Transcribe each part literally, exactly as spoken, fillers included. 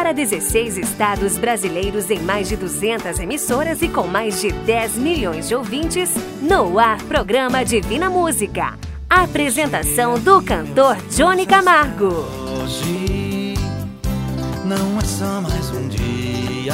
para dezesseis estados brasileiros em mais de duzentas emissoras e com mais de dez milhões de ouvintes, no ar programa Divina Música. Apresentação do cantor Johnny Camargo. Hoje não é só mais um dia.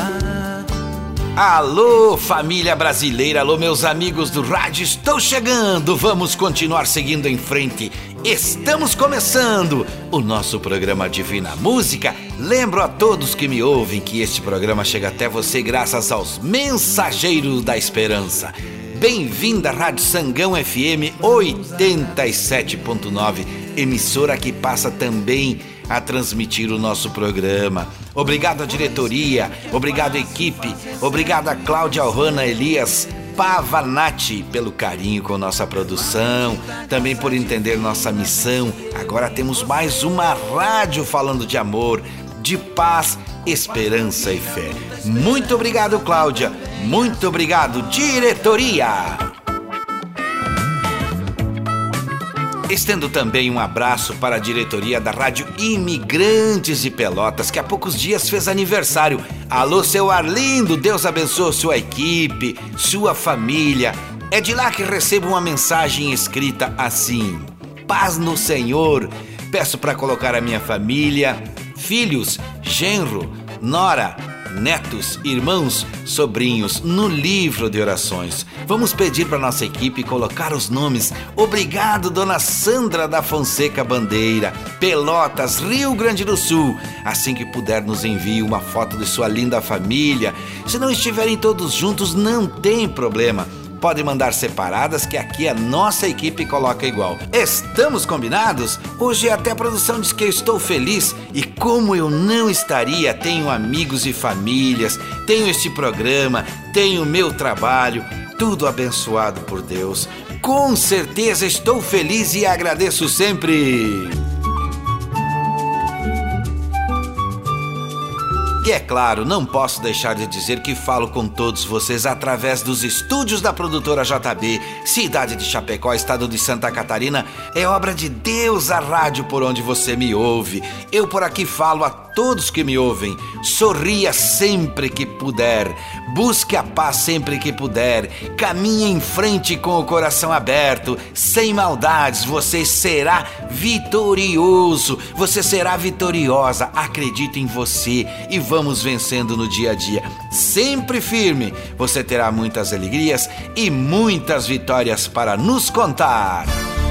Alô, família brasileira, alô, meus amigos do rádio, estou chegando, vamos continuar seguindo em frente. Estamos começando o nosso programa Divina Música. Lembro a todos que me ouvem que este programa chega até você graças aos Mensageiros da Esperança. Bem-vinda à Rádio Sangão F M oitenta e sete ponto nove, emissora que passa também a transmitir o nosso programa. Obrigado à diretoria, obrigado à equipe, obrigado a Cláudia Alhana Elias Pavanati pelo carinho com nossa produção, também por entender nossa missão. Agora temos mais uma rádio falando de amor, de paz, esperança e fé. Muito obrigado, Cláudia. Muito obrigado, diretoria. Estendo também um abraço para a diretoria da Rádio Imigrantes de Pelotas, que há poucos dias fez aniversário. Alô, seu Arlindo, Deus abençoe sua equipe, sua família. É de lá que recebo uma mensagem escrita assim: paz no Senhor. Peço para colocar a minha família, filhos, genro, nora, netos, irmãos, sobrinhos no livro de orações. Vamos pedir para nossa equipe colocar os nomes. Obrigado, dona Sandra da Fonseca Bandeira, Pelotas, Rio Grande do Sul. Assim que puder, nos envie uma foto de sua linda família. Se não estiverem todos juntos, não tem problema. Pode mandar separadas que aqui a nossa equipe coloca igual. Estamos combinados? Hoje até a produção diz que eu estou feliz. E como eu não estaria, tenho amigos e famílias, tenho este programa, tenho meu trabalho, tudo abençoado por Deus. Com certeza estou feliz e agradeço sempre. E é claro, não posso deixar de dizer que falo com todos vocês através dos estúdios da produtora J B, cidade de Chapecó, estado de Santa Catarina. É obra de Deus a rádio por onde você me ouve. Eu por aqui falo a todos que me ouvem. Sorria sempre que puder. Busque a paz sempre que puder. Caminhe em frente com o coração aberto. Sem maldades, você será vitorioso. Você será vitoriosa. Acredite em você e vamos vencendo no dia a dia. Sempre firme. Você terá muitas alegrias e muitas vitórias para nos contar.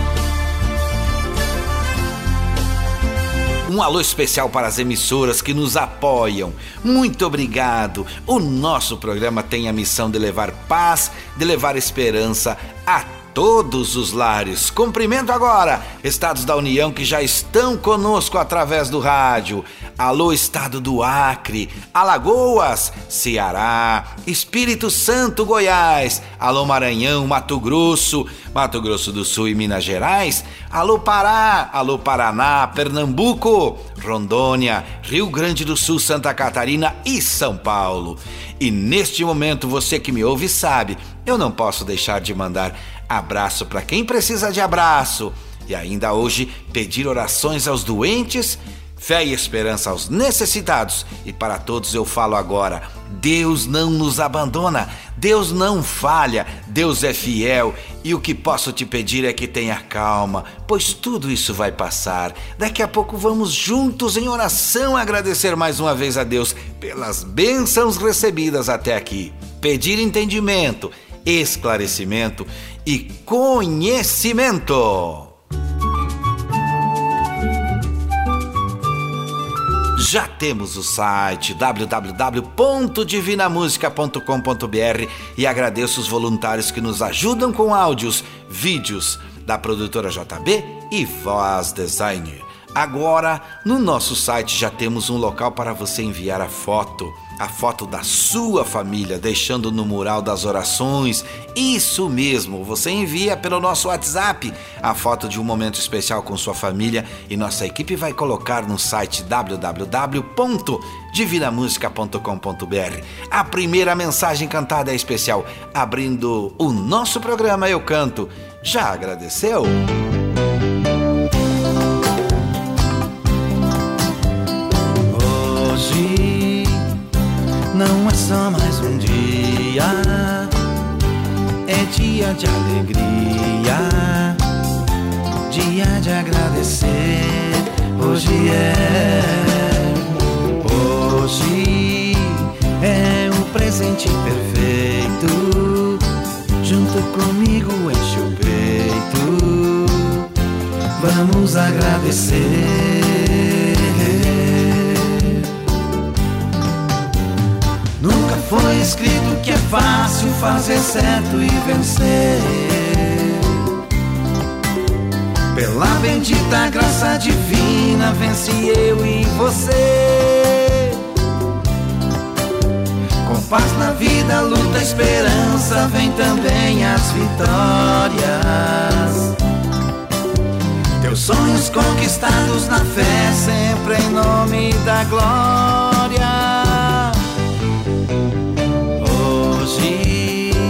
Um alô especial para as emissoras que nos apoiam. Muito obrigado. O nosso programa tem a missão de levar paz, de levar esperança a todos os lares. Cumprimento agora estados da União que já estão conosco através do rádio. Alô, estado do Acre, Alagoas, Ceará, Espírito Santo, Goiás. Alô, Maranhão, Mato Grosso, Mato Grosso do Sul e Minas Gerais. Alô, Pará, alô, Paraná, Pernambuco, Rondônia, Rio Grande do Sul, Santa Catarina e São Paulo. E neste momento, você que me ouve sabe, eu não posso deixar de mandar abraço para quem precisa de abraço. E ainda hoje pedir orações aos doentes, fé e esperança aos necessitados. E para todos eu falo agora: Deus não nos abandona, Deus não falha, Deus é fiel. E o que posso te pedir é que tenha calma, pois tudo isso vai passar. Daqui a pouco vamos juntos em oração agradecer mais uma vez a Deus pelas bênçãos recebidas até aqui. Pedir entendimento, esclarecimento e conhecimento. Já temos o site w w w ponto divina música ponto com ponto b r e agradeço os voluntários que nos ajudam com áudios, vídeos da produtora J B e Voz Design. Agora, no nosso site já temos um local para você enviar a foto, a foto da sua família, deixando no mural das orações. Isso mesmo, você envia pelo nosso WhatsApp a foto de um momento especial com sua família e nossa equipe vai colocar no site w w w ponto divina música ponto com ponto b r. A primeira mensagem cantada é especial. Abrindo o nosso programa, eu canto. Já agradeceu? Hoje só mais um dia, é dia de alegria, dia de agradecer. Hoje é, hoje é o presente perfeito. Junto comigo enche o peito, vamos agradecer. Nunca foi escrito que é fácil fazer certo e vencer. Pela bendita graça divina vence eu e você. Com paz na vida, luta, esperança, vem também as vitórias. Teus sonhos conquistados na fé, sempre em nome da glória. Hoje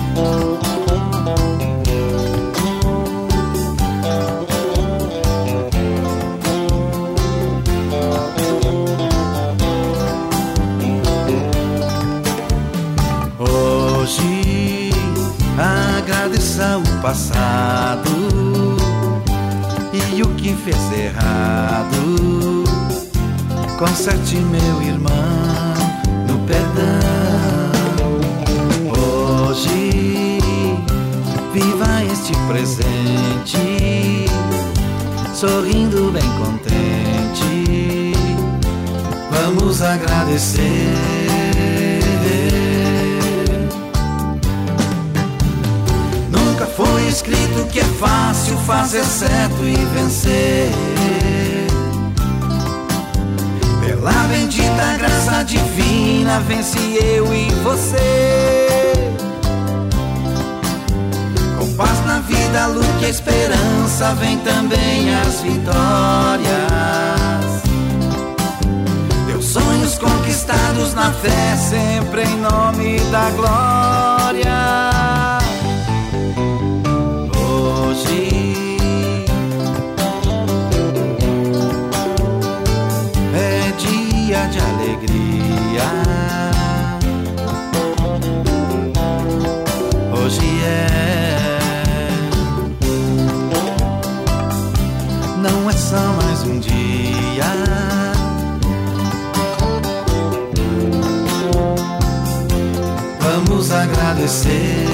Hoje agradeça o passado e o que fez errado. Conserte, meu irmão, no perdão. Hoje viva este presente, sorrindo bem contente. Vamos agradecer. Nunca foi escrito que é fácil fazer certo e vencer. Pela bendita graça divina vence eu e você. Com paz na vida, luz e esperança, vem também as vitórias. Teus sonhos conquistados na fé, sempre em nome da glória. Hoje é dia de alegria. Hoje é, não é só mais um dia, vamos agradecer.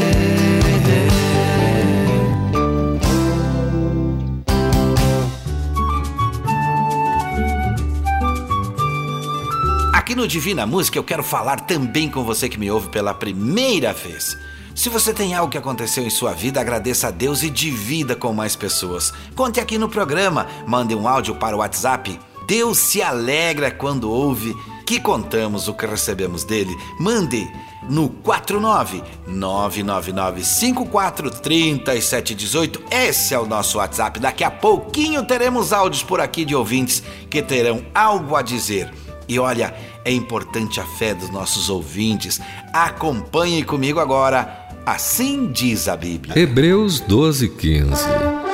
Aqui no Divina Música eu quero falar também com você que me ouve pela primeira vez. Se você tem algo que aconteceu em sua vida, agradeça a Deus e divida com mais pessoas. Conte aqui no programa, mande um áudio para o WhatsApp. Deus se alegra quando ouve que contamos o que recebemos dele. Mande no quatro nove nove nove nove cinco quatro três sete um oito. Esse é o nosso WhatsApp. Daqui a pouquinho teremos áudios por aqui de ouvintes que terão algo a dizer. E olha, é importante a fé dos nossos ouvintes. Acompanhe comigo agora. Assim diz a Bíblia. Hebreus doze, quinze.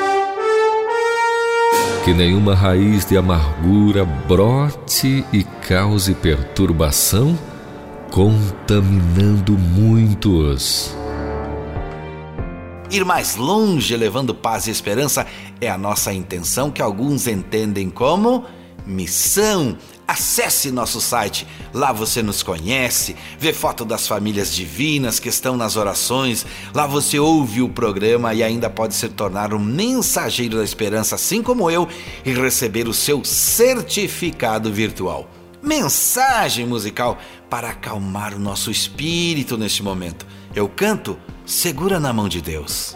Que nenhuma raiz de amargura brote e cause perturbação, contaminando muitos. Ir mais longe, levando paz e esperança, é a nossa intenção, que alguns entendem como missão. Acesse nosso site, lá você nos conhece, vê foto das famílias divinas que estão nas orações, lá você ouve o programa e ainda pode se tornar um mensageiro da esperança, assim como eu, e receber o seu certificado virtual. Mensagem musical para acalmar o nosso espírito neste momento. Eu canto Segura na Mão de Deus.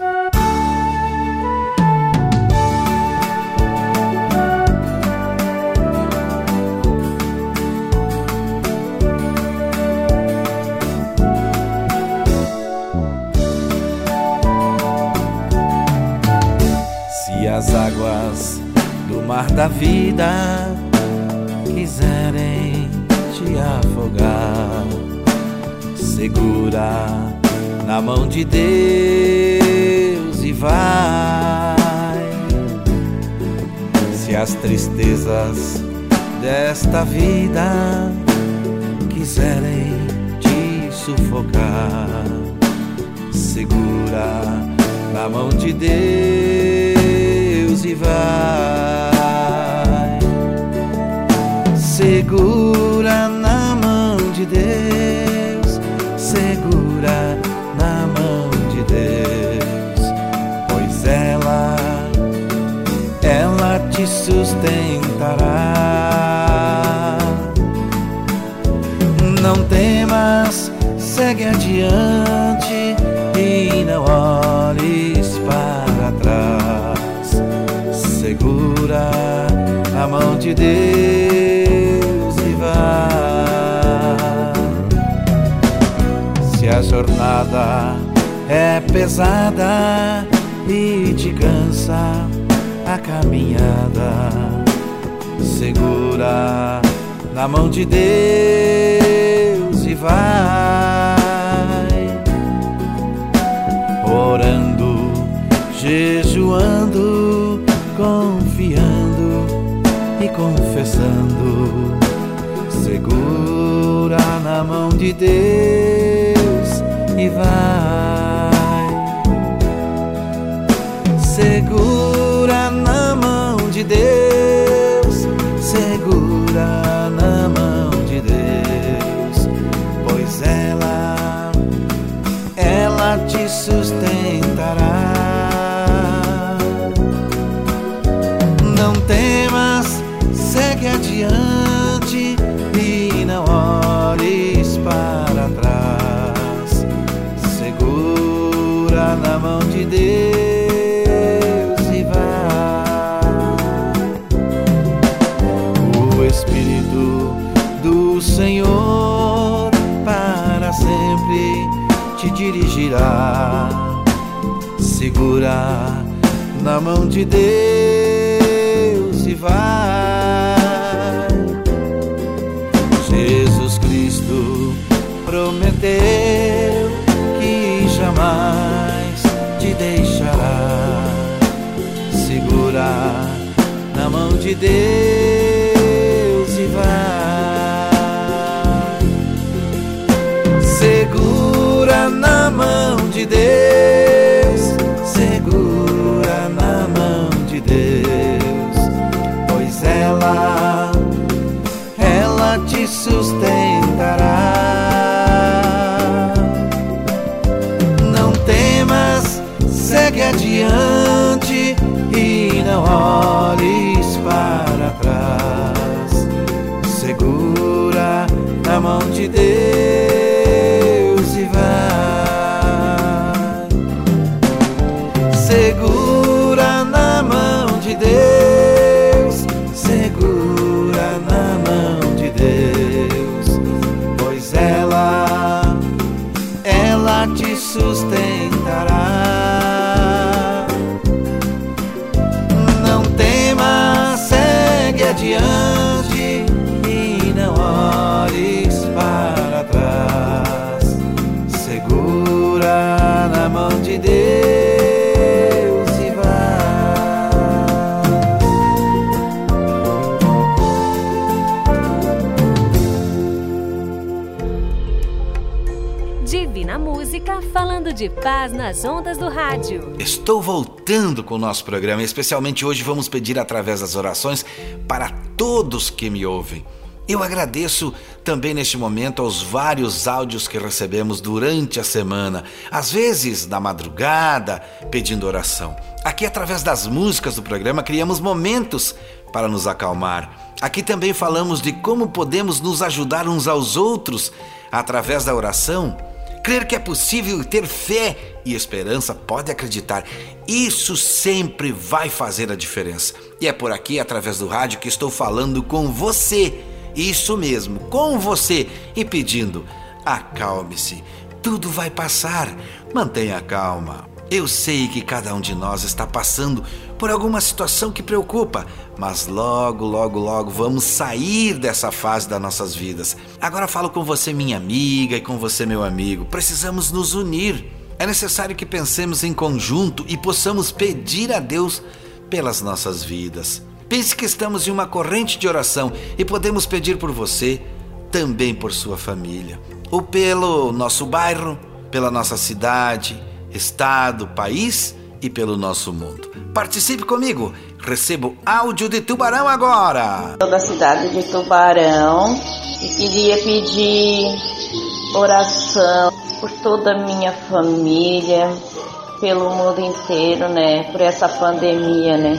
As águas do mar da vida quiserem te afogar, segura na mão de Deus e vai. Se as tristezas desta vida quiserem sufocar. Segura na mão de Deus e vai. Segura na mão de Deus, segura na mão de Deus, pois ela, ela te sustentará. Não temas, segue adiante e não olhes para trás. Segura a mão de Deus e vai. Se a jornada é pesada e te cansa a caminhada, segura na mão de Deus e vai. Orando, jejuando, confiando e confessando, segura na mão de Deus e vai. Segura na mão de Deus, segura na mão de Deus, pois ela, ela te sustentará. Não temas, segue adiante e não olhes para trás. Segura na mão de Deus e vai. O Espírito do Senhor para sempre te dirigirá. Segura na mão de Deus e vai. Jesus Cristo prometeu que jamais te deixará. Segura na mão de Deus e vai. Segura na mão de Deus, segura na mão de Deus, pois ela, ela te sustentará. Não temas, segue adiante e não olhes para trás. Segura na mão de Deus e vai. Segura na mão de Deus, segura na mão de Deus, pois ela, ela te sustentará. Não temas, segue adiante e não olhes para trás. Segura na mão de Deus. Divina Música, falando de paz nas ondas do rádio. Estou voltando com o nosso programa e especialmente hoje vamos pedir através das orações para todos que me ouvem. Eu agradeço também neste momento aos vários áudios que recebemos durante a semana, às vezes na madrugada, pedindo oração. Aqui através das músicas do programa criamos momentos para nos acalmar. Aqui também falamos de como podemos nos ajudar uns aos outros através da oração. Crer que é possível ter fé e esperança, pode acreditar, isso sempre vai fazer a diferença. E é por aqui, através do rádio, que estou falando com você, isso mesmo, com você, e pedindo, acalme-se, tudo vai passar, mantenha calma. Eu sei que cada um de nós está passando por alguma situação que preocupa, mas logo, logo, logo vamos sair dessa fase das nossas vidas. Agora falo com você, minha amiga, e com você, meu amigo. Precisamos nos unir. É necessário que pensemos em conjunto e possamos pedir a Deus pelas nossas vidas. Pense que estamos em uma corrente de oração e podemos pedir por você, também por sua família, ou pelo nosso bairro, pela nossa cidade, estado, país e pelo nosso mundo. Participe comigo, recebo áudio de Tubarão agora. Sou da cidade de Tubarão e queria pedir oração por toda a minha família, pelo mundo inteiro, né? Por essa pandemia, né?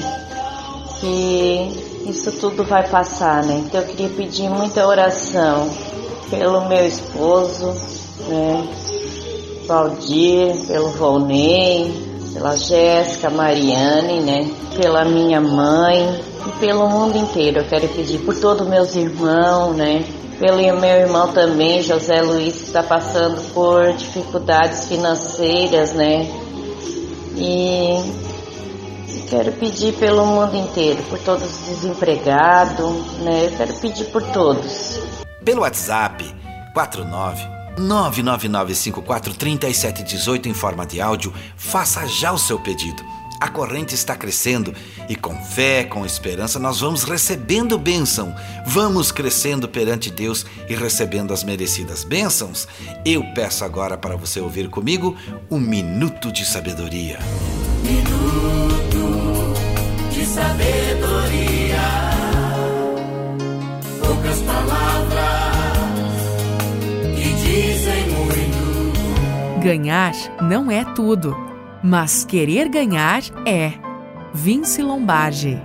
Que isso tudo vai passar, né? Então eu queria pedir muita oração pelo meu esposo, né? Valdir, pelo Volney, pela Jéssica, Mariane, né? Pela minha mãe e pelo mundo inteiro. Eu quero pedir por todos meus irmãos, né? Pelo meu irmão também, José Luiz, que está passando por dificuldades financeiras, né? E quero pedir pelo mundo inteiro, por todos os desempregados, né? Eu quero pedir por todos. Pelo WhatsApp quatro nove nove nove nove cinco quatro três sete um oito em forma de áudio, faça já o seu pedido. A corrente está crescendo e com fé, com esperança, nós vamos recebendo bênção. Vamos crescendo perante Deus e recebendo as merecidas bênçãos. Eu peço agora para você ouvir comigo um Minuto de Sabedoria. Minuto de sabedoria. Poucas palavras que dizem muito. Ganhar não é tudo, mas querer ganhar é. Vince Lombardi.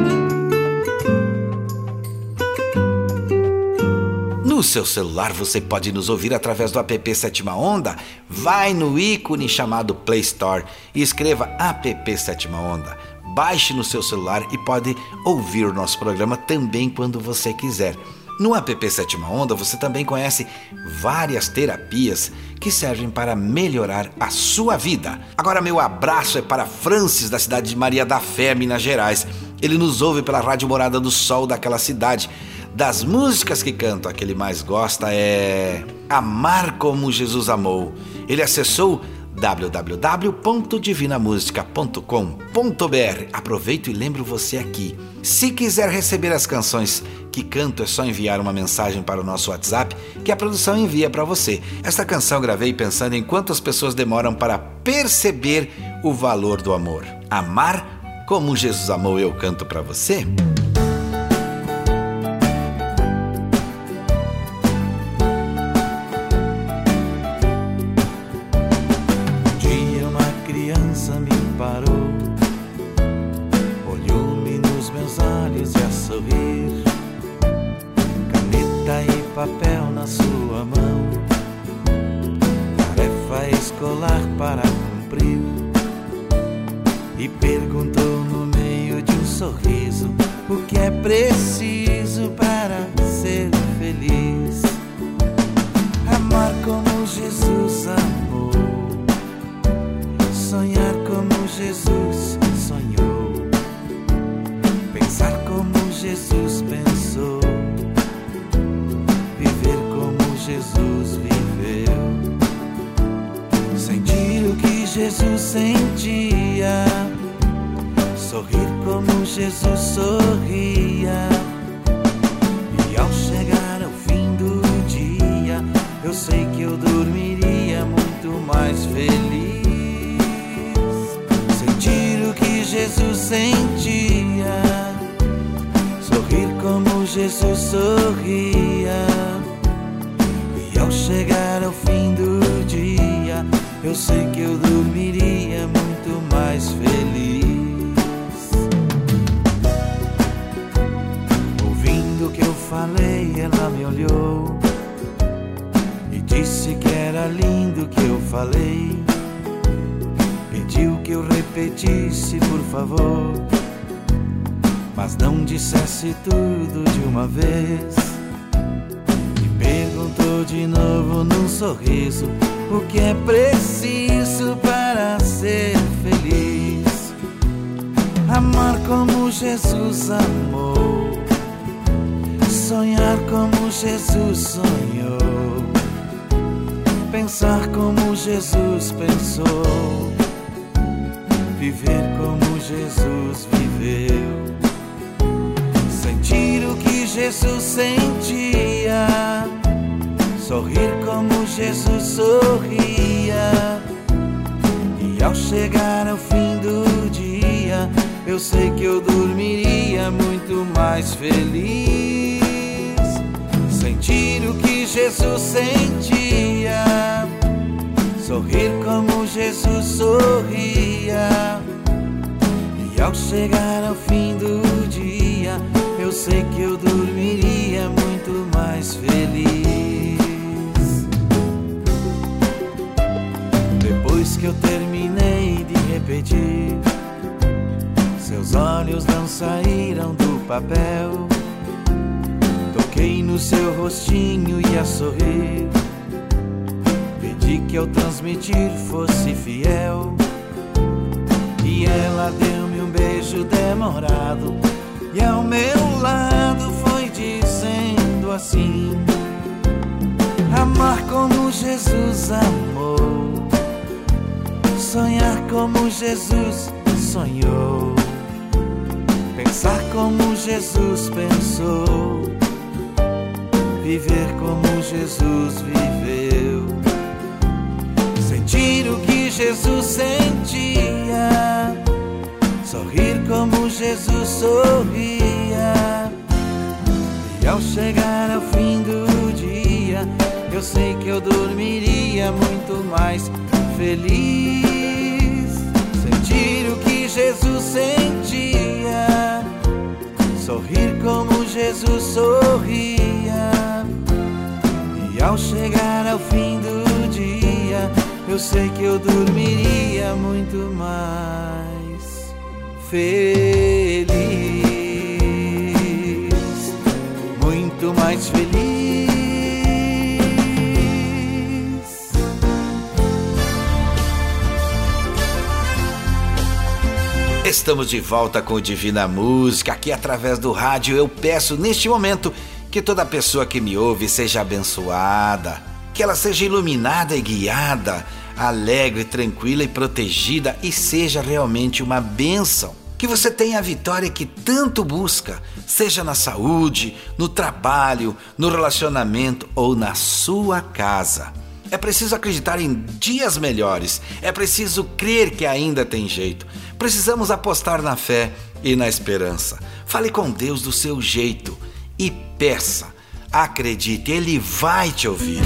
No seu celular você pode nos ouvir através do app Sétima Onda. Vai no ícone chamado Play Store e escreva app Sétima Onda. Baixe no seu celular e pode ouvir o nosso programa também quando você quiser. No app Sétima Onda você também conhece várias terapias que servem para melhorar a sua vida. Agora meu abraço é para Francis, da cidade de Maria da Fé, Minas Gerais. Ele nos ouve pela Rádio Morada do Sol daquela cidade. Das músicas que canto, a que ele mais gosta é Amar Como Jesus Amou. Ele acessou w w w ponto divina música ponto com ponto b r. Aproveito e lembro você aqui. Se quiser receber as canções que canto, é só enviar uma mensagem para o nosso WhatsApp que a produção envia para você. Esta canção eu gravei pensando em quantas pessoas demoram para perceber o valor do amor. Amar como Jesus amou, eu canto para você. Papel na sua mão, tarefa escolar para cumprir, e perguntou no meio de um sorriso o que é preciso para ser feliz. Amar como Jesus amou, sonhar como Jesus sonhou, pensar como Jesus pensou, Jesus viveu, sentir o que Jesus sentia, sorrir como Jesus sorria. E ao chegar ao fim do dia, eu sei que eu dormiria muito mais feliz. Sentir o que Jesus sentia, sorrir como Jesus sorria. E ao chegar ao fim do dia, eu sei que eu dormiria muito mais feliz. Ouvindo o que eu falei, ela me olhou e disse que era lindo o que eu falei. Pediu que eu repetisse, por favor, mas não dissesse tudo de uma vez. Perguntou de novo num sorriso o que é preciso para ser feliz. Amar como Jesus amou, sonhar como Jesus sonhou, pensar como Jesus pensou, viver como Jesus viveu, sentir o que Jesus sentia, sorrir como Jesus sorria. E ao chegar ao fim do dia, eu sei que eu dormiria muito mais feliz. Sentir o que Jesus sentia, sorrir como Jesus sorria. E ao chegar ao fim do dia, eu sei que eu dormiria muito mais feliz. Depois que eu terminei de repetir, seus olhos não saíram do papel. Toquei no seu rostinho e a sorrir, pedi que ao transmitir fosse fiel. E ela deu-me um beijo demorado, e ao meu lado foi dizendo assim: amar como Jesus amou, sonhar como Jesus sonhou, pensar como Jesus pensou, viver como Jesus viveu, sentir o que Jesus sentia, sorrir como Jesus sorria. E ao chegar ao fim do dia, eu sei que eu dormiria muito mais feliz. Sentir o que Jesus sentia, sorrir como Jesus sorria. E ao chegar ao fim do dia, eu sei que eu dormiria muito mais feliz, muito mais feliz. Estamos de volta com o Divina Música, aqui através do rádio. Eu peço neste momento que toda pessoa que me ouve seja abençoada, que ela seja iluminada e guiada, alegre, tranquila e protegida, e seja realmente uma bênção. Que você tenha a vitória que tanto busca, seja na saúde, no trabalho, no relacionamento ou na sua casa. É preciso acreditar em dias melhores, é preciso crer que ainda tem jeito. Precisamos apostar na fé e na esperança. Fale com Deus do seu jeito e peça. Acredite, Ele vai te ouvir.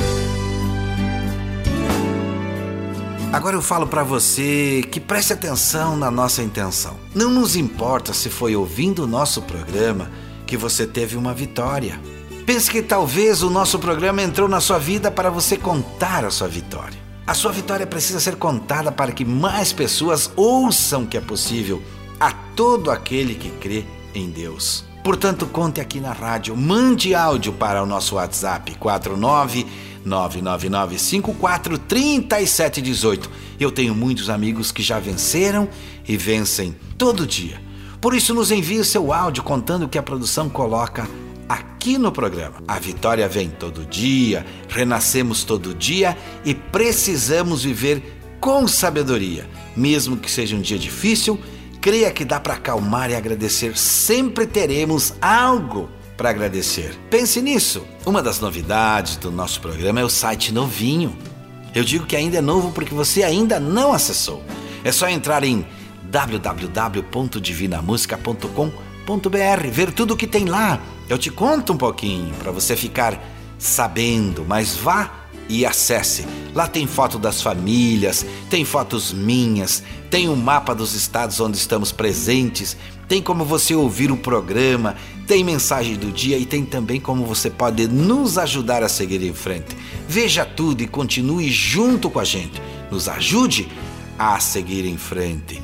Agora eu falo para você que preste atenção na nossa intenção. Não nos importa se foi ouvindo o nosso programa que você teve uma vitória. Pense que talvez o nosso programa entrou na sua vida para você contar a sua vitória. A sua vitória precisa ser contada para que mais pessoas ouçam que é possível a todo aquele que crê em Deus. Portanto, conte aqui na rádio, mande áudio para o nosso WhatsApp quatro nove nove nove nove cinco quatro três sete um oito. Eu tenho muitos amigos que já venceram e vencem todo dia. Por isso, nos envie seu áudio contando o que a produção coloca aqui no programa. A vitória vem todo dia, renascemos todo dia e precisamos viver com sabedoria. Mesmo que seja um dia difícil, creia que dá para acalmar e agradecer. Sempre teremos algo para agradecer. Pense nisso. Uma das novidades do nosso programa é o site novinho. Eu digo que ainda é novo porque você ainda não acessou. É só entrar em w w w ponto divina música ponto com ponto b r, ver tudo o que tem lá. Eu te conto um pouquinho para você ficar sabendo, mas vá e acesse. Lá tem foto das famílias, tem fotos minhas, tem um mapa dos estados onde estamos presentes, tem como você ouvir o programa, tem mensagem do dia e tem também como você pode nos ajudar a seguir em frente. Veja tudo e continue junto com a gente. Nos ajude a seguir em frente.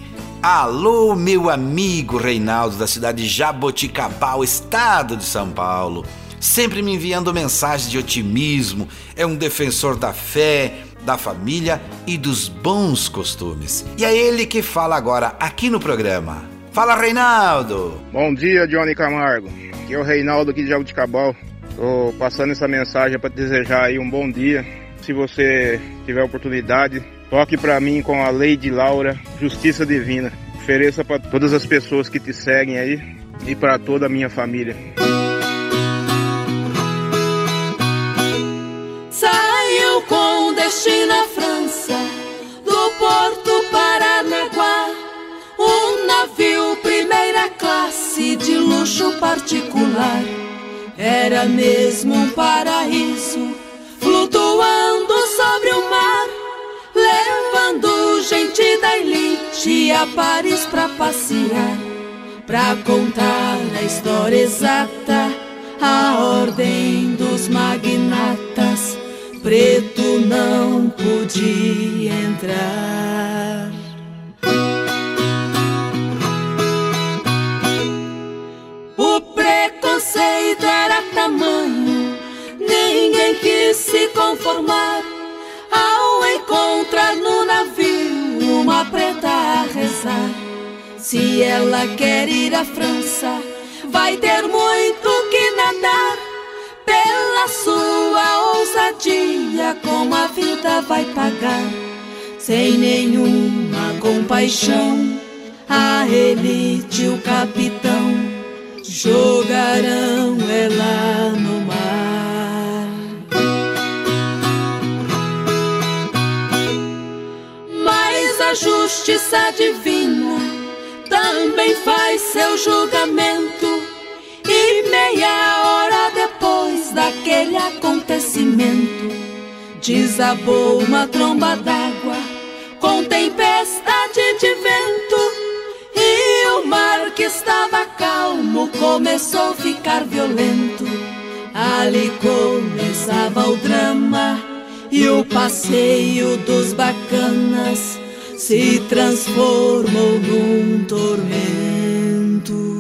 Alô, meu amigo Reinaldo, da cidade de Jaboticabal, estado de São Paulo. Sempre me enviando mensagens de otimismo. É um defensor da fé, da família e dos bons costumes. E é ele que fala agora aqui no programa. Fala, Reinaldo! Bom dia, Johnny Camargo. Aqui é o Reinaldo aqui de Jaboticabal. Tô passando essa mensagem para desejar aí um bom dia. Se você tiver oportunidade, toque para mim com a Lady Laura, Justiça Divina. Ofereça para todas as pessoas que te seguem aí e para toda a minha família. Só era mesmo um paraíso, flutuando sobre o mar, levando gente da elite a Paris pra passear, pra contar a história exata, a ordem dos magnatas. Preto não podia entrar. O preconceito era tamanho, ninguém quis se conformar ao encontrar no navio uma preta a rezar. Se ela quer ir à França, vai ter muito que nadar. Pela sua ousadia, como a vida vai pagar. Sem nenhuma compaixão, a elite, o capitão, jogarão ela no mar. Mas a justiça divina também faz seu julgamento, e meia hora depois daquele acontecimento, desabou uma tromba d'água com tempestade de vento, e o mar que estava calmo começou a ficar violento. Ali começava o drama, e o passeio dos bacanas se transformou num tormento.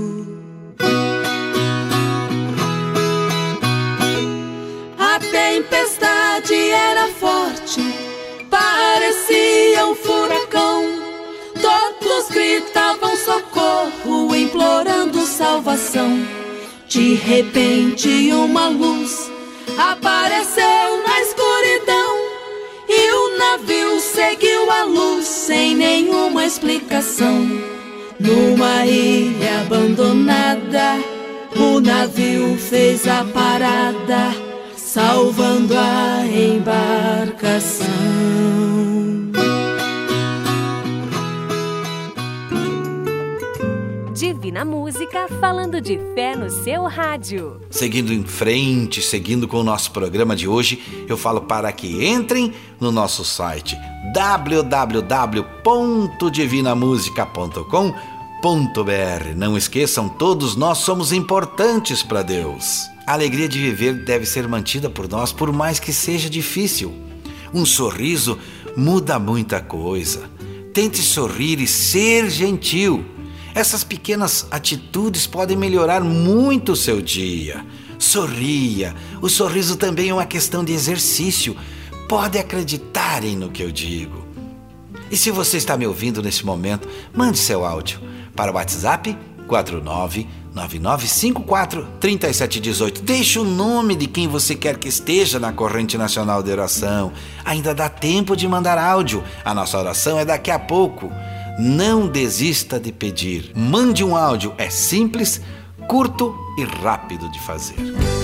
A tempestade era forte, parecia um furacão. Todos gritavam socorro, implorando salvação. De repente uma luz apareceu na escuridão, e o navio seguiu a luz sem nenhuma explicação. Numa ilha abandonada, o navio fez a parada, salvando a embarcação. Divina Música, falando de fé no seu rádio. Seguindo em frente, seguindo com o nosso programa de hoje, eu falo para que entrem no nosso site w w w ponto divina música ponto com ponto b r. Não esqueçam, todos nós somos importantes para Deus. A alegria de viver deve ser mantida por nós, por mais que seja difícil. Um sorriso muda muita coisa. Tente sorrir e ser gentil. Essas pequenas atitudes podem melhorar muito o seu dia. Sorria. O sorriso também é uma questão de exercício. Pode acreditarem no que eu digo. E se você está me ouvindo nesse momento, mande seu áudio para o WhatsApp quatro nove nove nove cinco quatro três sete um oito. Deixe o nome de quem você quer que esteja na corrente nacional de oração. Ainda dá tempo de mandar áudio. A nossa oração é daqui a pouco. Não desista de pedir. Mande um áudio. É simples, curto e rápido de fazer.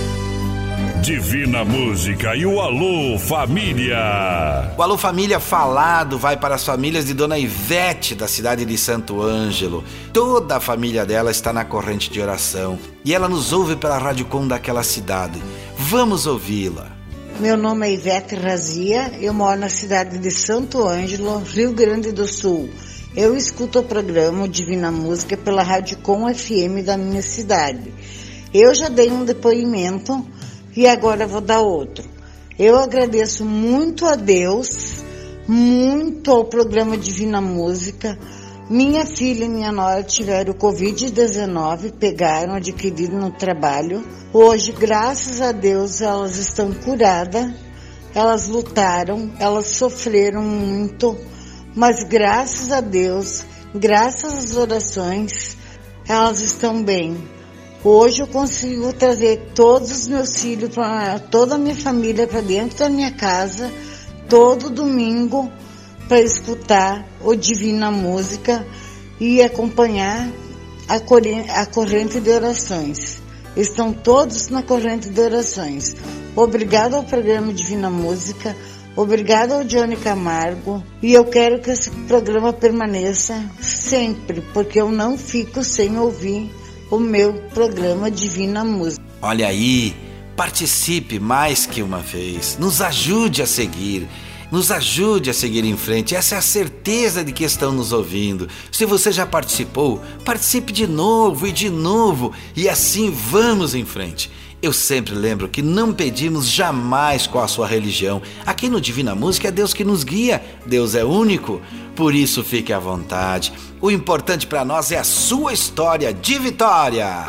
Divina Música e o Alô Família. O Alô Família falado vai para as famílias de Dona Ivete, da cidade de Santo Ângelo. Toda a família dela está na corrente de oração e ela nos ouve pela Rádio Com daquela cidade. Vamos ouvi-la. Meu nome é Ivete Razia, eu moro na cidade de Santo Ângelo, Rio Grande do Sul. Eu escuto o programa Divina Música pela Rádio Com F M da minha cidade. Eu já dei um depoimento e agora vou dar outro. Eu agradeço muito a Deus, muito ao programa Divina Música. Minha filha e minha nora tiveram covid dezenove, pegaram, adquiriram no trabalho. Hoje, graças a Deus, elas estão curadas. Elas lutaram, elas sofreram muito, mas graças a Deus, graças às orações, elas estão bem. Hoje eu consigo trazer todos os meus filhos, pra, toda a minha família para dentro da minha casa, todo domingo, para escutar o Divina Música e acompanhar a corrente, a corrente de orações. Estão todos na corrente de orações. Obrigado ao programa Divina Música, obrigado ao Johnny Camargo, e eu quero que esse programa permaneça sempre, porque eu não fico sem ouvir o meu programa Divina Música. Olha aí, participe mais que uma vez, nos ajude a seguir, nos ajude a seguir em frente. Essa é a certeza de que estão nos ouvindo. Se você já participou, participe de novo e de novo, e assim vamos em frente. Eu sempre lembro que não pedimos jamais qual a sua religião. Aqui no Divina Música é Deus que nos guia, Deus é único. Por isso fique à vontade. O importante para nós é a sua história de vitória.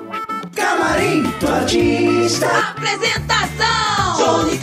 Camarim do Artista. Apresentação: Johnny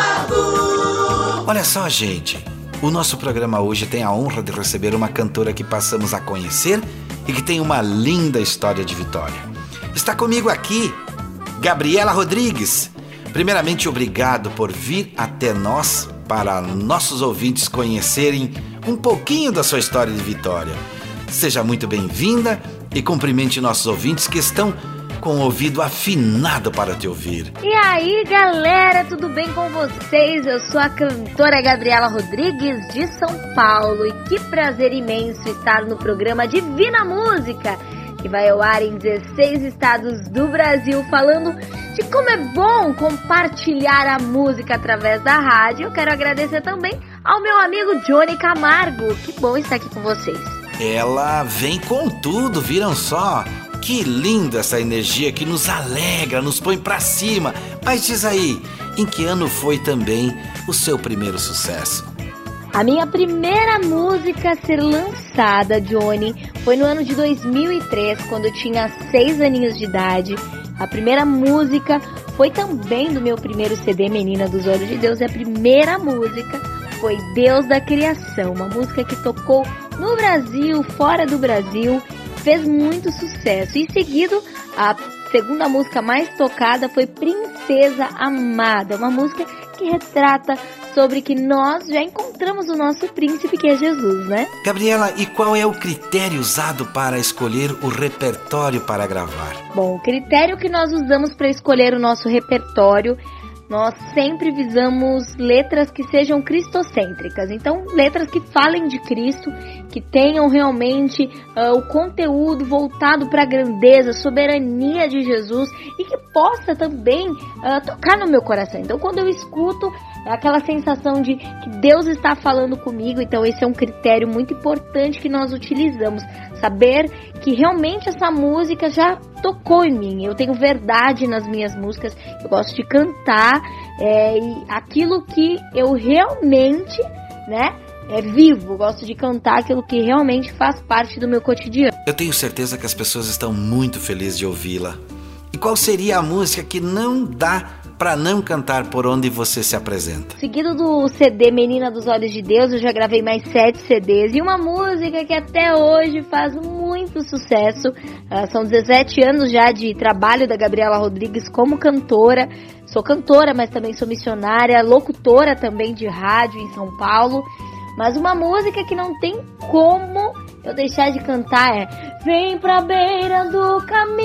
Camargo. Olha só, gente, o nosso programa hoje tem a honra de receber uma cantora que passamos a conhecer e que tem uma linda história de vitória. Está comigo aqui Gabriela Rodrigues. Primeiramente, obrigado por vir até nós para nossos ouvintes conhecerem um pouquinho da sua história de vitória. Seja muito bem-vinda e cumprimente nossos ouvintes que estão com o ouvido afinado para te ouvir. E aí, galera, tudo bem com vocês? Eu sou a cantora Gabriela Rodrigues de São Paulo e que prazer imenso estar no programa Divina Música, que vai ao ar em dezesseis estados do Brasil, falando de como é bom compartilhar a música através da rádio. Eu quero agradecer também ao meu amigo Johnny Camargo. Que bom estar aqui com vocês. Ela vem com tudo, viram só? Que linda essa energia que nos alegra, nos põe pra cima. Mas diz aí, em que ano foi também o seu primeiro sucesso? A minha primeira música a ser lançada, Johnny, foi no ano de dois mil e três, quando eu tinha seis aninhos de idade. A primeira música foi também do meu primeiro C D, Menina dos Olhos de Deus. E a primeira música foi Deus da Criação, uma música que tocou no Brasil, fora do Brasil, fez muito sucesso. Em seguida, a segunda música mais tocada foi Princesa Amada, uma música que retrata sobre que nós já encontramos o nosso príncipe, que é Jesus, né? Gabriela, e qual é o critério usado para escolher o repertório para gravar? Bom, o critério que nós usamos para escolher o nosso repertório, nós sempre visamos letras que sejam cristocêntricas. Então, letras que falem de Cristo, que tenham realmente uh, o conteúdo voltado para a grandeza, soberania de Jesus e que possa também uh, tocar no meu coração. Então, quando eu escuto, é aquela sensação de que Deus está falando comigo. Então, esse é um critério muito importante que nós utilizamos. Saber que realmente essa música já tocou em mim. Eu tenho verdade nas minhas músicas. Eu gosto de cantar é, e aquilo que eu realmente, né, é vivo. Eu gosto de cantar aquilo que realmente faz parte do meu cotidiano. Eu tenho certeza que as pessoas estão muito felizes de ouvi-la. E qual seria a música que não dá para não cantar por onde você se apresenta? Seguido do C D Menina dos Olhos de Deus, eu já gravei mais sete C Ds e uma música que até hoje faz muito sucesso. Uh, são dezessete anos já de trabalho da Gabriela Rodrigues como cantora. Sou cantora, mas também sou missionária, locutora também de rádio em São Paulo. Mas uma música que não tem como eu deixar de cantar é: vem pra beira do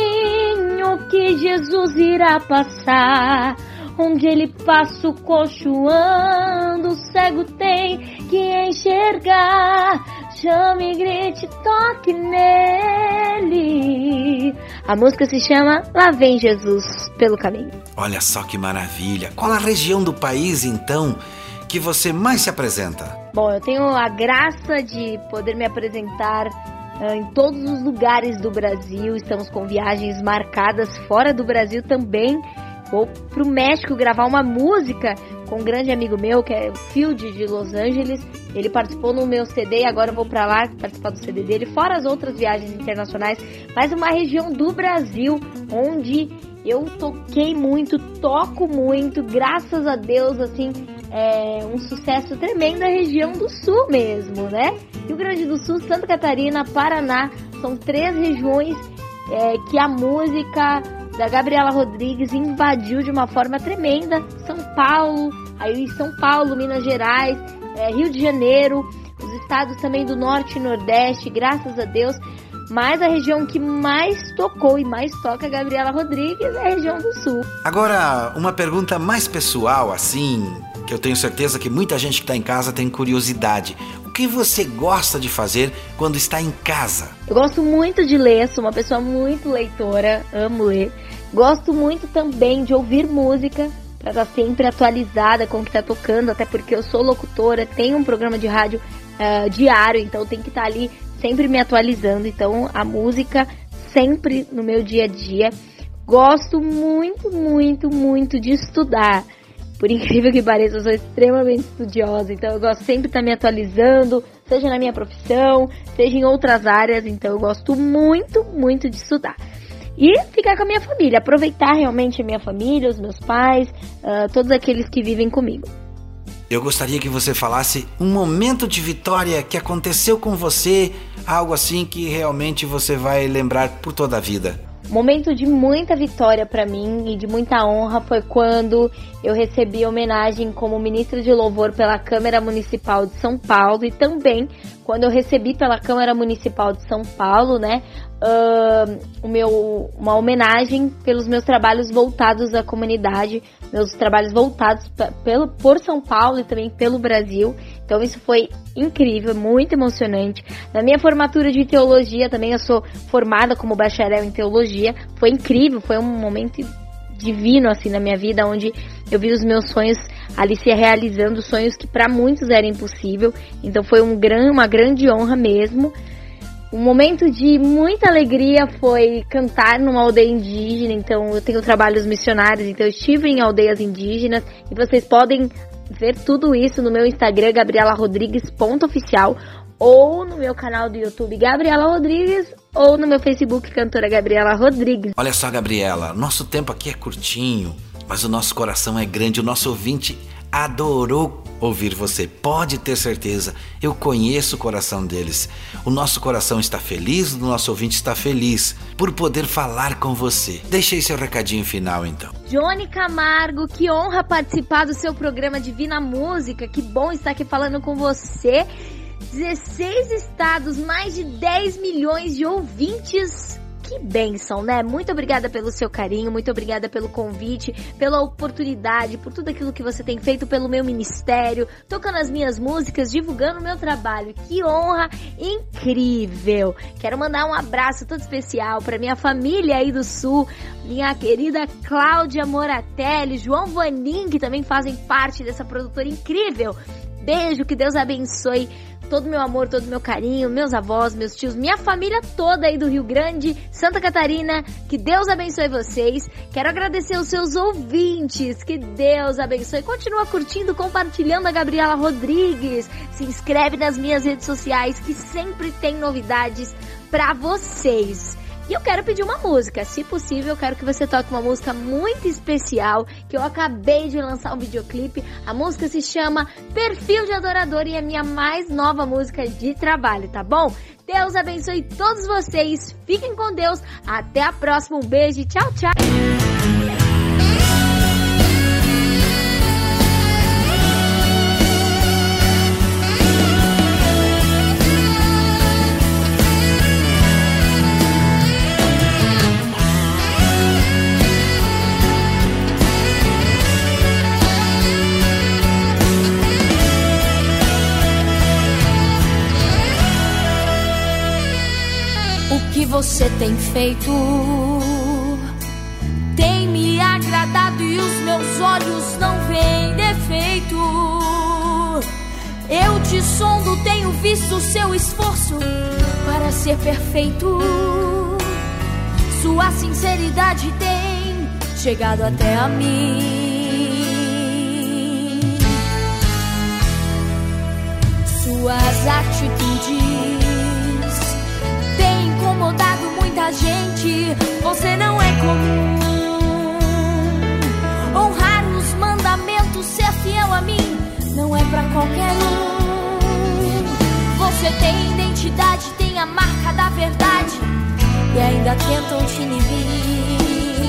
caminho que Jesus irá passar, onde ele passa o coxo anda, o cego tem que enxergar, chame, grite, toque nele. A música se chama Lá Vem Jesus pelo Caminho. Olha só que maravilha. Qual a região do país, então, que você mais se apresenta? Bom, eu tenho a graça de poder me apresentar uh, em todos os lugares do Brasil. Estamos com viagens marcadas fora do Brasil também. Vou pro México gravar uma música com um grande amigo meu, que é o Field de Los Angeles. Ele participou no meu C D e agora eu vou pra lá participar do C D dele, fora as outras viagens internacionais. Mas uma região do Brasil onde eu toquei muito, toco muito, graças a Deus, assim, é um sucesso tremendo na região do Sul mesmo, né? Rio Grande do Sul, Santa Catarina, Paraná, são três regiões é, que a música da Gabriela Rodrigues invadiu de uma forma tremenda. São Paulo, aí São Paulo, Minas Gerais, é, Rio de Janeiro, os estados também do Norte e Nordeste, graças a Deus. Mas a região que mais tocou e mais toca a Gabriela Rodrigues é a região do Sul. Agora, uma pergunta mais pessoal, assim, que eu tenho certeza que muita gente que está em casa tem curiosidade. O que você gosta de fazer quando está em casa? Eu gosto muito de ler, sou uma pessoa muito leitora, amo ler. Gosto muito também de ouvir música, para estar sempre atualizada com o que está tocando, até porque eu sou locutora, tenho um programa de rádio uh, diário, então tem que estar ali sempre me atualizando. Então a música sempre no meu dia a dia. Gosto muito, muito, muito de estudar. Por incrível que pareça, eu sou extremamente estudiosa, então eu gosto sempre de estar me atualizando, seja na minha profissão, seja em outras áreas, então eu gosto muito, muito de estudar. E ficar com a minha família, aproveitar realmente a minha família, os meus pais, uh, todos aqueles que vivem comigo. Eu gostaria que você falasse um momento de vitória que aconteceu com você, algo assim que realmente você vai lembrar por toda a vida. Momento de muita vitória para mim e de muita honra foi quando eu recebi homenagem como ministra de louvor pela Câmara Municipal de São Paulo, e também quando eu recebi pela Câmara Municipal de São Paulo, né, uh, o meu, uma homenagem pelos meus trabalhos voltados à comunidade, meus trabalhos voltados p- pelo, por São Paulo e também pelo Brasil. Então isso foi incrível, muito emocionante. Na minha formatura de teologia também, eu sou formada como bacharel em teologia, foi incrível, foi um momento divino assim na minha vida, onde eu vi os meus sonhos ali se realizando, sonhos que para muitos eram impossível. Então foi um gran, uma grande honra mesmo. Um momento de muita alegria foi cantar numa aldeia indígena. Então eu tenho trabalhos missionários, então eu estive em aldeias indígenas, e vocês podem ver tudo isso no meu Instagram, gabriela rodrigues ponto oficial, ou no meu canal do YouTube, Gabriela Rodrigues, ou no meu Facebook, Cantora Gabriela Rodrigues. Olha só, Gabriela, nosso tempo aqui é curtinho, mas o nosso coração é grande, o nosso ouvinte adorou ouvir você. Pode ter certeza, eu conheço o coração deles. O nosso coração está feliz, o nosso ouvinte está feliz por poder falar com você. Deixe aí seu recadinho final, então. Johnny Camargo, que honra participar do seu programa Divina Música, que bom estar aqui falando com você. dezesseis estados, mais de dez milhões de ouvintes. Que bênção, né? Muito obrigada pelo seu carinho, muito obrigada pelo convite, pela oportunidade, por tudo aquilo que você tem feito pelo meu ministério, tocando as minhas músicas, divulgando o meu trabalho. Que honra incrível! Quero mandar um abraço todo especial para minha família aí do Sul, minha querida Cláudia Moratelli, João Vanin, que também fazem parte dessa produtora incrível. Beijo, que Deus abençoe todo o meu amor, todo o meu carinho, meus avós, meus tios, minha família toda aí do Rio Grande, Santa Catarina, que Deus abençoe vocês. Quero agradecer os seus ouvintes, que Deus abençoe. Continua curtindo, compartilhando a Gabriela Rodrigues. Se inscreve nas minhas redes sociais, que sempre tem novidades pra vocês. E eu quero pedir uma música, se possível, eu quero que você toque uma música muito especial, que eu acabei de lançar um videoclipe. A música se chama Perfil de Adorador e é a minha mais nova música de trabalho, tá bom? Deus abençoe todos vocês, fiquem com Deus, até a próxima, um beijo e tchau, tchau! Você tem feito, tem me agradado e os meus olhos não veem defeito. Eu te sondo, tenho visto o seu esforço para ser perfeito. Sua sinceridade tem chegado até a mim. Suas atitudes incomodado muita gente, você não é comum. Honrar os mandamentos, ser fiel a mim, não é pra qualquer um. Você tem identidade, tem a marca da verdade e ainda tentam te inibir.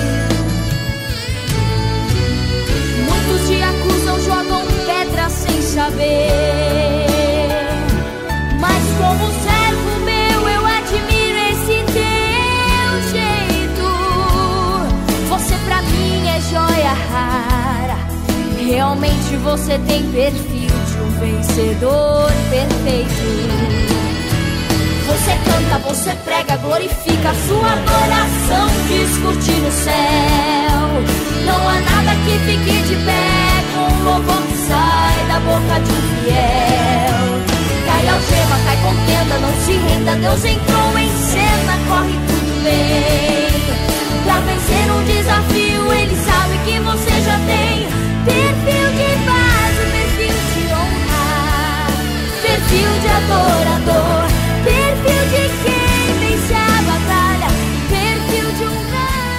Muitos te acusam, jogam pedra sem saber, mas como servo meu eu admiro esse teu jeito. Você pra mim é joia rara, realmente você tem perfil de um vencedor perfeito. Você canta, você prega, glorifica, sua adoração quis curtir no céu. Não há nada que fique de pé com o louvor que sai da boca de um fiel. Cai algema, cai contenda, não se renda, Deus entrou em cena, corre tudo bem. Pra vencer um desafio, Ele sabe que você já tem perfil de base, perfil de honra, perfil de adorador, perfil de quem vence a batalha, perfil de um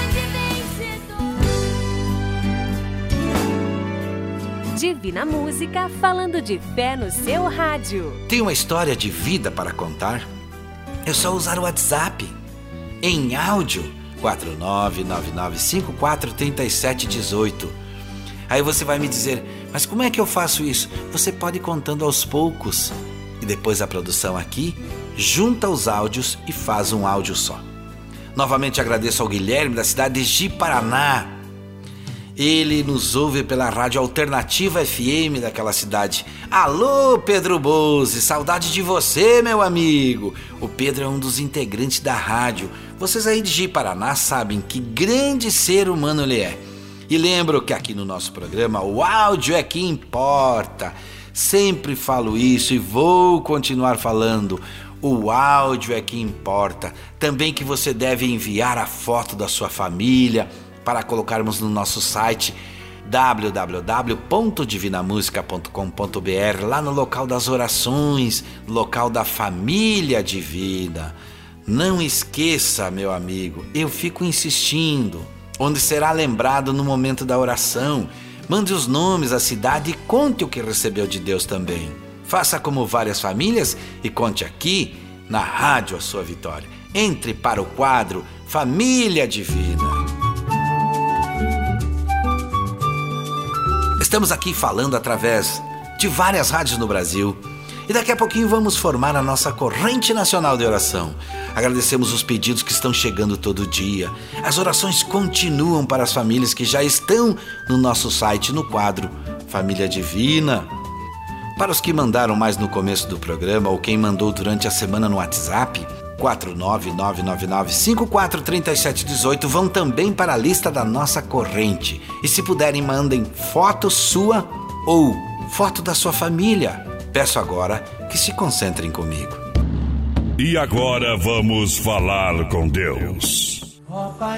grande vencedor. Divina Música, falando de fé no seu rádio. Tem uma história de vida para contar? É só usar o WhatsApp em áudio quatro nove nove nove cinco quatro três sete um oito. Aí você vai me dizer, mas como é que eu faço isso? Você pode ir contando aos poucos e depois a produção aqui junta os áudios e faz um áudio só. Novamente agradeço ao Guilherme da cidade de Ji-Paraná. Ele nos ouve pela rádio Alternativa F M daquela cidade. Alô, Pedro Bose, saudade de você, meu amigo. O Pedro é um dos integrantes da rádio. Vocês aí de Ji-Paraná sabem que grande ser humano ele é. E lembro que aqui no nosso programa o áudio é que importa. Sempre falo isso e vou continuar falando. O áudio é que importa. Também que você deve enviar a foto da sua família para colocarmos no nosso site w w w ponto divina música ponto com ponto b r, lá no local das orações, local da família divina. Não esqueça, meu amigo, eu fico insistindo, onde será lembrado no momento da oração. Mande os nomes, a cidade e conte o que recebeu de Deus também. Faça como várias famílias e conte aqui na rádio a sua vitória. Entre para o quadro Família Divina. Estamos aqui falando através de várias rádios no Brasil e daqui a pouquinho vamos formar a nossa corrente nacional de oração. Agradecemos os pedidos que estão chegando todo dia. As orações continuam para as famílias que já estão no nosso site no quadro Família Divina. Para os que mandaram mais no começo do programa ou quem mandou durante a semana no WhatsApp, quatro nove nove nove nove cinco quatro três sete um oito vão também para a lista da nossa corrente. E se puderem, mandem foto sua ou foto da sua família. Peço agora que se concentrem comigo. E agora vamos falar com Deus. Ó Pai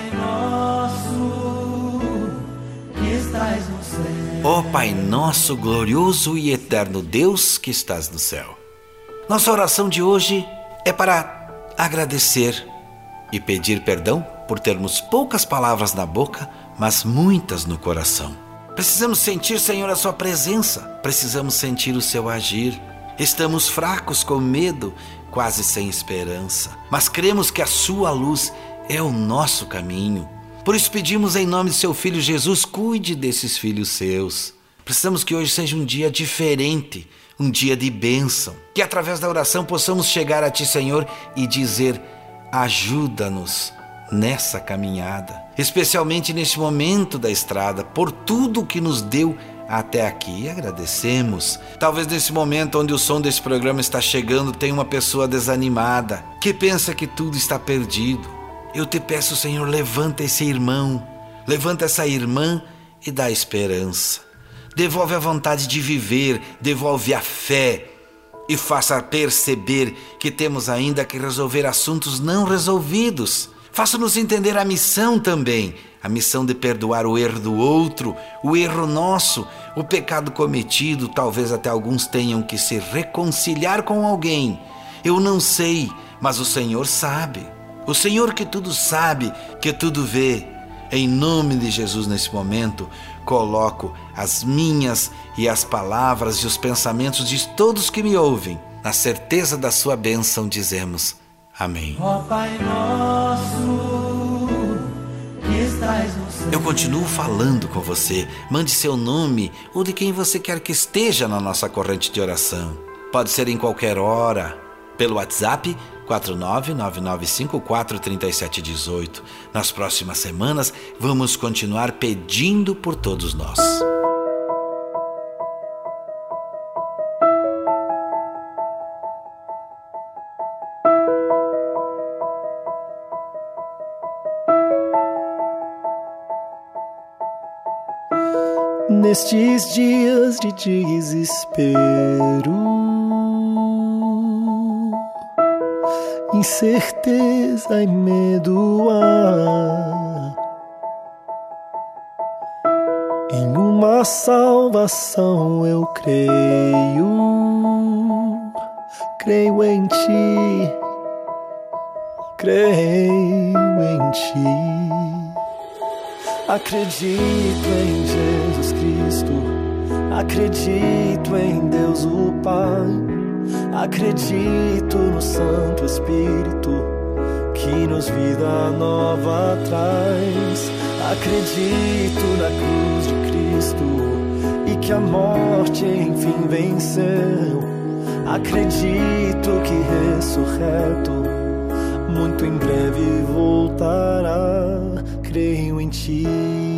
nosso, que estás no céu. Ó Pai nosso, glorioso e eterno Deus que estás no céu. Nossa oração de hoje é para agradecer e pedir perdão por termos poucas palavras na boca, mas muitas no coração. Precisamos sentir, Senhor, a sua presença. Precisamos sentir o seu agir. Estamos fracos, com medo, quase sem esperança. Mas cremos que a sua luz é o nosso caminho. Por isso pedimos em nome de seu Filho Jesus, cuide desses filhos seus. Precisamos que hoje seja um dia diferente, um dia de bênção. Que através da oração possamos chegar a Ti, Senhor, e dizer, ajuda-nos nessa caminhada. Especialmente neste momento da estrada, por tudo que nos deu até aqui. Agradecemos. Talvez nesse momento onde o som desse programa está chegando, tenha uma pessoa desanimada, que pensa que tudo está perdido. Eu te peço, Senhor, levanta esse irmão, levanta essa irmã e dá esperança. Devolve a vontade de viver, devolve a fé e faça perceber que temos ainda que resolver assuntos não resolvidos. Faça-nos entender a missão também, a missão de perdoar o erro do outro, o erro nosso, o pecado cometido. Talvez até alguns tenham que se reconciliar com alguém. Eu não sei, mas o Senhor sabe. O Senhor que tudo sabe, que tudo vê. Em nome de Jesus, nesse momento, coloco as minhas e as palavras e os pensamentos de todos que me ouvem. Na certeza da sua bênção, dizemos amém. Ó Pai nosso, que estás no céu. Eu continuo falando com você. Mande seu nome ou de quem você quer que esteja na nossa corrente de oração. Pode ser em qualquer hora, pelo WhatsApp quatro nove nove nove cinco quatro três sete um oito. Nas próximas semanas, vamos continuar pedindo por todos nós. nestes dias de desespero, incerteza e medo há. Em uma salvação eu creio, creio em ti, creio em ti. Acredito em Jesus Cristo, acredito em Deus o Pai, acredito no Santo Espírito que nos vida nova traz. Acredito na cruz de Cristo e que a morte enfim venceu. Acredito que ressurreto muito em breve voltará. Creio em ti.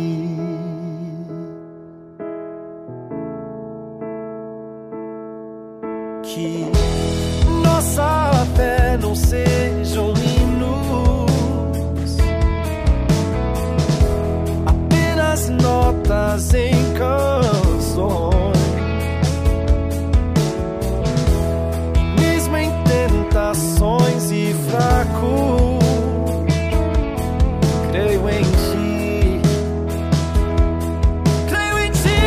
Que nossa fé não sejam hinos, apenas notas em canções, mesmo em tentações e fracos. Creio em ti, creio em ti.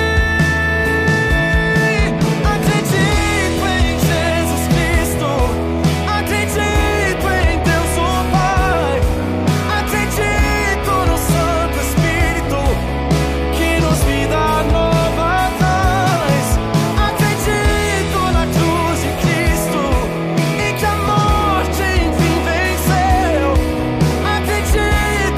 Acredito em Jesus Cristo, acredito em Deus o Pai, acredito no Santo Espírito que nos vida nova traz. Acredito na cruz de Cristo e que a morte enfim venceu. Acredito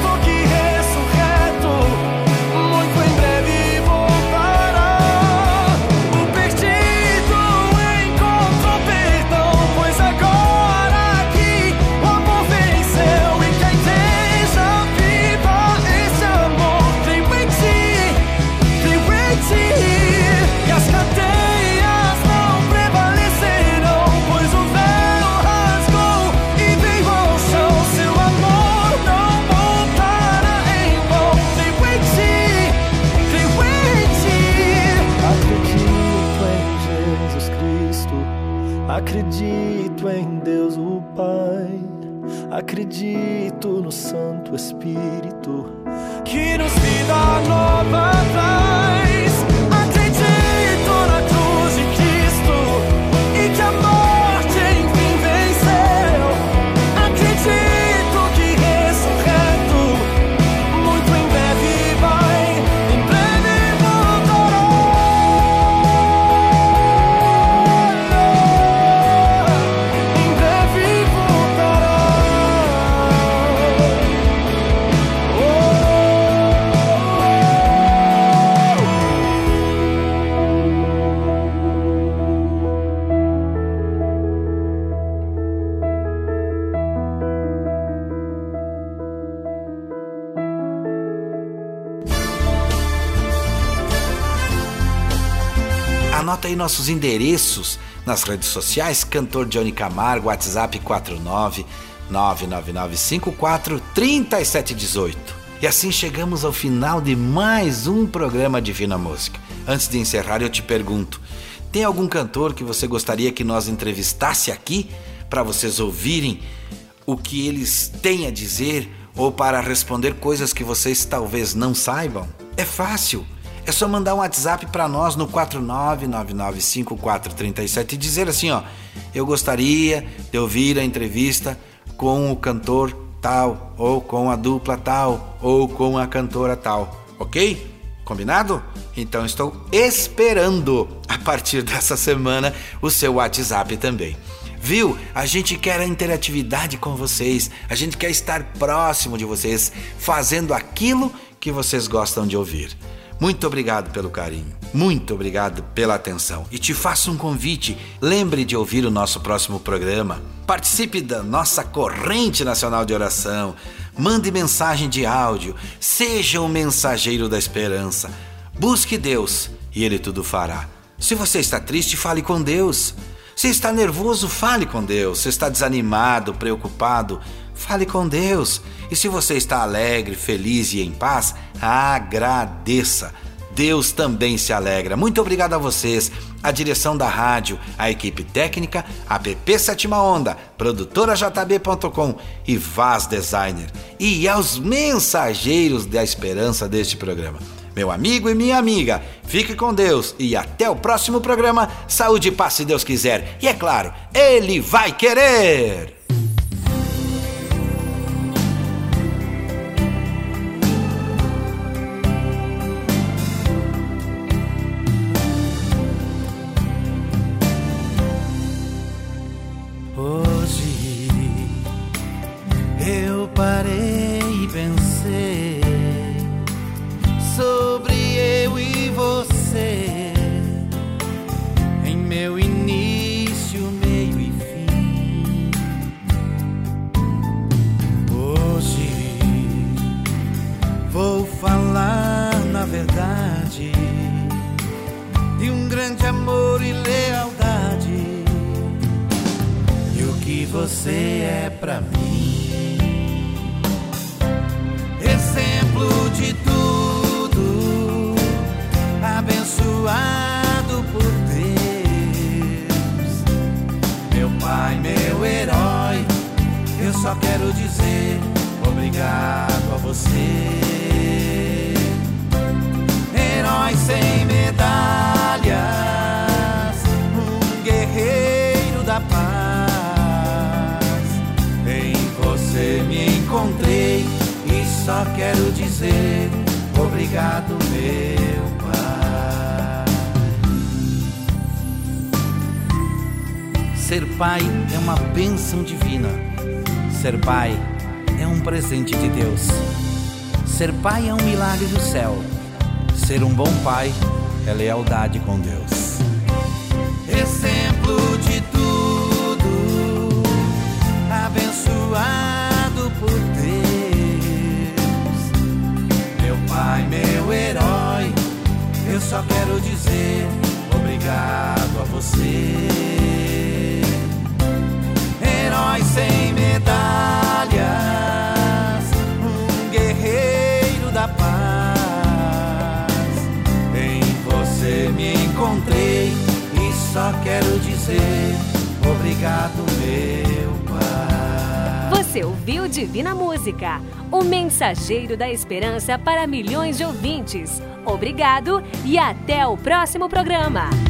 acredito em Deus o Pai, acredito no Santo Espírito que nos vida nova traz. Acredito na cruz de Cristo e que a morte enfim venceu. Acredito que ressurreto muito em breve vai, em breve voltará. Anota aí nossos endereços nas redes sociais, Cantor Johnny Camargo, WhatsApp quatro nove nove nove nove cinco quatro três sete um oito. E assim chegamos ao final de mais um programa Divina Música. Antes de encerrar, eu te pergunto, tem algum cantor que você gostaria que nós entrevistasse aqui para vocês ouvirem o que eles têm a dizer ou para responder coisas que vocês talvez não saibam? É fácil. É só mandar um WhatsApp para nós no quatro nove nove nove cinco quatro três sete e dizer assim, ó, eu gostaria de ouvir a entrevista com o cantor tal, ou com a dupla tal, ou com a cantora tal, ok? Combinado? Então estou esperando a partir dessa semana o seu WhatsApp também. Viu? A gente quer a interatividade com vocês, a gente quer estar próximo de vocês, fazendo aquilo que vocês gostam de ouvir. Muito obrigado pelo carinho, muito obrigado pela atenção. E te faço um convite, lembre de ouvir o nosso próximo programa. Participe da nossa corrente nacional de oração, mande mensagem de áudio, seja um mensageiro da esperança. Busque Deus e Ele tudo fará. Se você está triste, fale com Deus. Se está nervoso, fale com Deus. Se está desanimado, preocupado, fale com Deus. E se você está alegre, feliz e em paz, agradeça. Deus também se alegra. Muito obrigado a vocês, a direção da rádio, a equipe técnica, a P P Sétima Onda, produtora J B ponto com e Vaz Designer, e aos mensageiros da esperança deste programa. Meu amigo e minha amiga, fique com Deus e até o próximo programa. Saúde e paz, se Deus quiser. E é claro, Ele vai querer! Hoje eu parei e pensei sobre eu e você, em meu início, meio e fim. Hoje vou falar na verdade de um grande amor e lealdade, e o que você é pra mim, exemplo de tudo, abençoado por Deus, meu pai, meu herói. Eu só quero dizer obrigado a você, herói sem medalhas, um guerreiro da paz. Em você me encontrei e só quero dizer obrigado, meu pai. Ser pai é uma bênção divina. Ser pai é um presente de Deus. Ser pai é um milagre do céu. Ser um bom pai é lealdade com Deus. Exemplo de tudo, abençoado por Deus, meu pai, meu herói. Eu só quero dizer obrigado a você, herói sem medalhas, um guerreiro da paz. Em você me encontrei e só quero dizer obrigado, meu pai. Você ouviu Divina Música, o mensageiro da esperança para milhões de ouvintes. Obrigado e até o próximo programa.